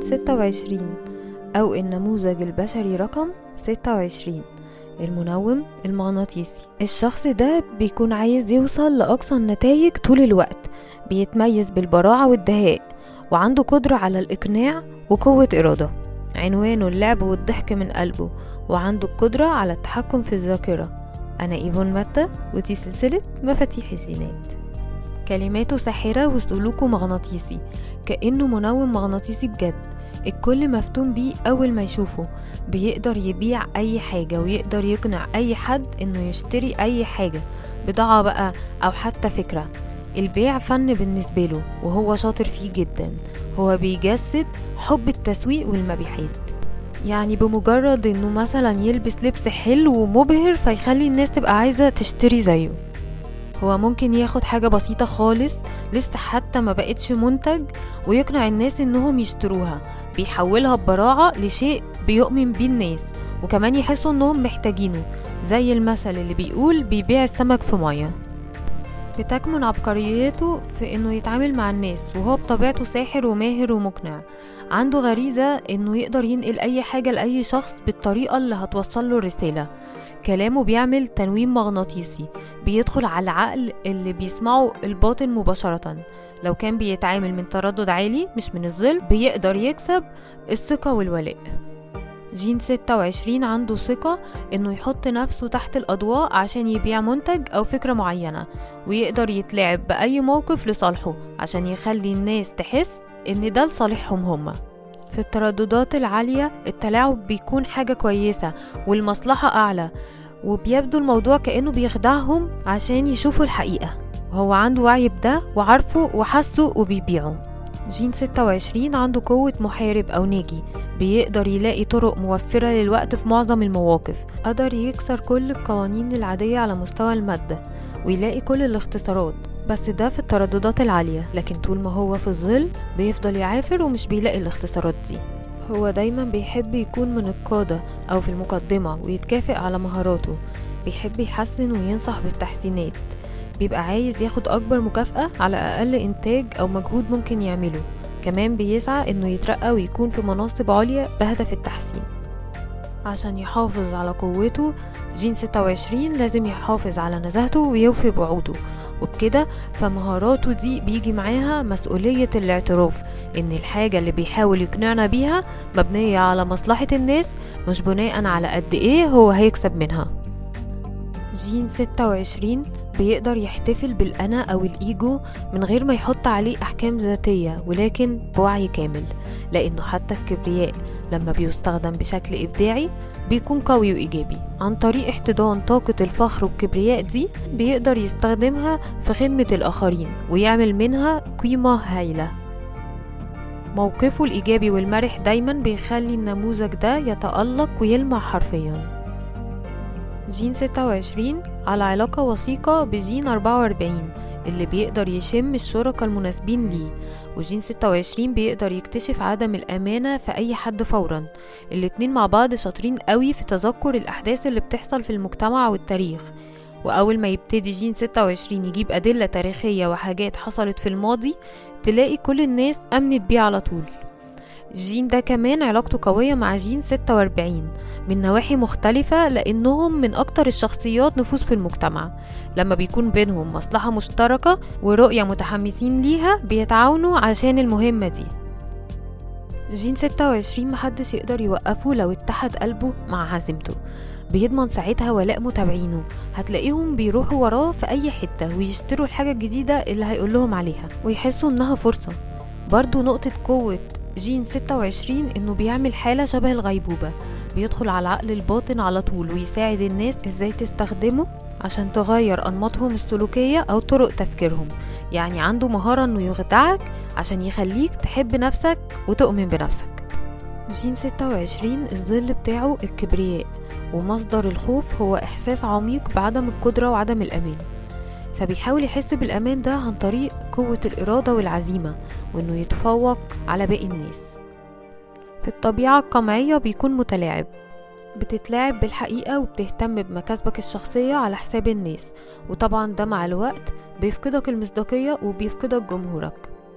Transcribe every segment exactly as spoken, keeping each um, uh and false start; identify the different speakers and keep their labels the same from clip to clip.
Speaker 1: ستة وعشرين أو النموذج البشري رقم ستة وعشرين، المنوم المغناطيسي. الشخص ده بيكون عايز يوصل لأقصى النتائج طول الوقت، بيتميز بالبراعة والدهاء، وعنده قدرة على الإقناع وقوة إرادة. عنوانه اللعب والضحك من قلبه، وعنده القدرة على التحكم في الذاكرة. أنا إيفون ماتا، ودي سلسلة مفاتيح الجينات. كلماته ساحرة وسلوكه مغناطيسي، كأنه منوم مغناطيسي بجد. الكل مفتون بيه أول ما يشوفه. بيقدر يبيع أي حاجة، ويقدر يقنع أي حد إنه يشتري أي حاجة، بضاعة بقى أو حتى فكرة. البيع فن بالنسبة له، وهو شاطر فيه جدا. هو بيجسد حب التسويق والمبيعات. يعني بمجرد إنه مثلا يلبس لبس حلو ومبهر فيخلي الناس تبقى عايزة تشتري زيه. هو ممكن ياخد حاجة بسيطة خالص لسه حتى ما بقتش منتج، ويقنع الناس انهم يشتروها. بيحولها ببراعة لشيء بيؤمن بيه الناس، وكمان يحسوا انهم محتاجينه، زي المثل اللي بيقول بيبيع السمك في مية. بتكمن عبقريته في انه يتعامل مع الناس، وهو بطبيعته ساحر وماهر ومقنع. عنده غريزة انه يقدر ينقل اي حاجة لأي شخص بالطريقة اللي هتوصل له الرسالة. كلامه بيعمل تنويم مغناطيسي، بيدخل على العقل اللي بيسمعه الباطن مباشرة. لو كان بيتعامل من تردد عالي مش من الظل، بيقدر يكسب الثقة والولاء. جين ستة وعشرين عنده ثقة انه يحط نفسه تحت الأضواء عشان يبيع منتج أو فكرة معينة، ويقدر يتلاعب بأي موقف لصالحه عشان يخلي الناس تحس ان ده لصالحهم هما. في الترددات العالية التلاعب بيكون حاجة كويسة والمصلحة أعلى، وبيبدو الموضوع كأنه بيخدعهم عشان يشوفوا الحقيقة. وهو عنده وعي بده وعارفه وحسه وبيبيعه. جين ستة وعشرين عنده قوة محارب أو ناجي، بيقدر يلاقي طرق موفرة للوقت في معظم المواقف. قدر يكسر كل القوانين العادية على مستوى المادة، ويلاقي كل الاختصارات، بس ده في الترددات العالية. لكن طول ما هو في الظل بيفضل يعافر ومش بيلاقي الاختصارات دي. هو دايما بيحب يكون من القادة أو في المقدمة، ويتكافئ على مهاراته. بيحب يحسن وينصح بالتحسينات. بيبقى عايز ياخد أكبر مكافأة على أقل إنتاج أو مجهود ممكن يعمله. كمان بيسعى إنه يترقى ويكون في مناصب عليا بهدف التحسين. عشان يحافظ على قوته، جين ستة وعشرين لازم يحافظ على نزاهته ويوفي بوعوده. وبكده فمهاراته دي بيجي معاها مسؤولية الاعتراف إن الحاجة اللي بيحاول يقنعنا بيها مبنية على مصلحة الناس، مش بناء على قد إيه هو هيكسب منها. جين ستة وعشرين بيقدر يحتفل بالأنا أو الإيجو من غير ما يحط عليه أحكام ذاتية، ولكن بوعي كامل. لأنه حتى الكبرياء لما بيستخدم بشكل إبداعي بيكون قوي وإيجابي. عن طريق احتضان طاقة الفخر والكبرياء دي بيقدر يستخدمها في خدمة الآخرين ويعمل منها قيمة هائلة. موقفه الإيجابي والمرح دايما بيخلي النموذج ده يتألق ويلمع حرفيا. جين ستة وعشرين على علاقة وثيقة بجين أربعة وأربعين اللي بيقدر يشم الشركاء المناسبين ليه. وجين ستة وعشرين بيقدر يكتشف عدم الأمانة في أي حد فورا. الاتنين مع بعض شاطرين قوي في تذكر الأحداث اللي بتحصل في المجتمع والتاريخ. وأول ما يبتدي جين ستة وعشرين يجيب أدلة تاريخية وحاجات حصلت في الماضي، تلاقي كل الناس أمنت بيه على طول. الجين ده كمان علاقته قوية مع جين ستة وأربعين من نواحي مختلفة، لأنهم من أكتر الشخصيات نفوذ في المجتمع. لما بيكون بينهم مصلحة مشتركة ورؤية متحمسين ليها بيتعاونوا عشان المهمة دي. جين ستة وعشرين محدش يقدر يوقفه لو اتحد قلبه مع عزيمته. بيضمن ساعتها ولاء متابعينه، هتلاقيهم بيروحوا وراه في أي حتة ويشتروا الحاجة الجديدة اللي هيقولهم عليها ويحسوا إنها فرصة. برضو نقطة قوة جين ستة وعشرين إنه بيعمل حالة شبه الغيبوبة، بيدخل على العقل الباطن على طول ويساعد الناس إزاي تستخدمه عشان تغير أنماطهم السلوكية أو طرق تفكيرهم. يعني عنده مهارة إنه يخدعك عشان يخليك تحب نفسك وتؤمن بنفسك. جين ستة وعشرين الظل بتاعه الكبرياء، ومصدر الخوف هو إحساس عميق بعدم القدرة وعدم الأمان. فبيحاول يحس بالأمان ده عن طريق قوة الإرادة والعزيمة، وإنه يتفوق على باقي الناس. في الطبيعة القمعية بيكون متلاعب، بتتلاعب بالحقيقة وبتهتم بمكاسبك الشخصية على حساب الناس. وطبعا ده مع الوقت بيفقدك المصداقية وبيفقدك جمهورك.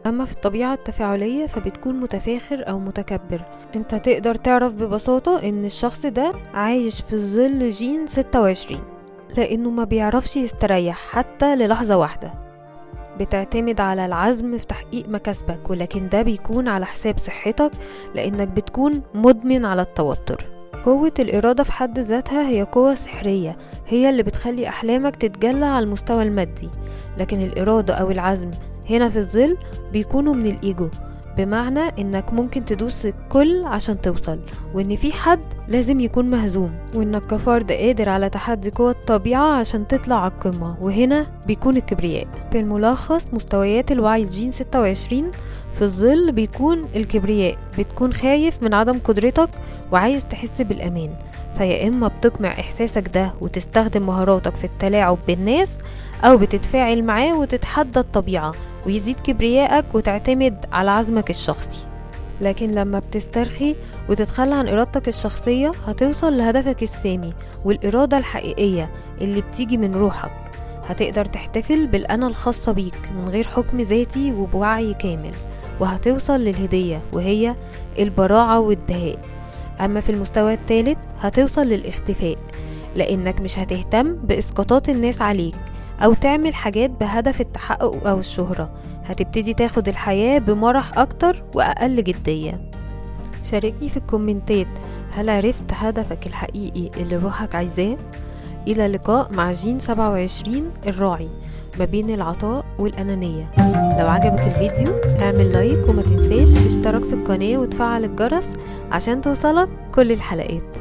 Speaker 1: أما في الطبيعة التفاعلية فبتكون متفاخر أو متكبر. انت تقدر تعرف ببساطة ان الشخص ده عايش في ظل جين ستة وعشرين، لأنه ما بيعرفش يستريح حتى للحظة واحدة. بتعتمد على العزم في تحقيق مكاسبك، ولكن ده بيكون على حساب صحتك لأنك بتكون مدمن على التوتر. قوة الإرادة في حد ذاتها هي قوة سحرية، هي اللي بتخلي أحلامك تتجلى على المستوى المادي. لكن الإرادة أو العزم هنا في الظل بيكونوا من الإيجو، بمعنى إنك ممكن تدوس الكل عشان توصل، وإن في حد لازم يكون مهزوم، وإنك كفرد قادر على تحدي قوى الطبيعة عشان تطلع على القمة، وهنا بيكون الكبرياء. في الملخص مستويات الوعي الجين ستة وعشرين في الظل بيكون الكبرياء، بتكون خايف من عدم قدرتك وعايز تحس بالأمان، فيا إما بتقمع إحساسك ده وتستخدم مهاراتك في التلاعب بالناس، أو بتتفاعل معاه وتتحدى الطبيعة ويزيد كبريائك وتعتمد على عزمك الشخصي. لكن لما بتسترخي وتتخلى عن إرادتك الشخصية هتوصل لهدفك السامي والإرادة الحقيقية اللي بتيجي من روحك. هتقدر تحتفل بالأنا الخاصة بيك من غير حكم ذاتي وبوعي كامل، وهتوصل للهدية وهي البراعة والدهاء. أما في المستوى الثالث هتوصل للاختفاء، لأنك مش هتهتم بإسقاطات الناس عليك أو تعمل حاجات بهدف التحقق أو الشهرة. هتبتدي تاخد الحياة بمرح أكتر وأقل جدية. شاركني في الكومنتات، هل عرفت هدفك الحقيقي اللي روحك عايزاه؟ إلى اللقاء مع جين سبعة وعشرين الراعي ما بين العطاء والأنانية. لو عجبك الفيديو اعمل لايك، وما تنساش تشترك في القناة وتفعل الجرس عشان توصلك كل الحلقات.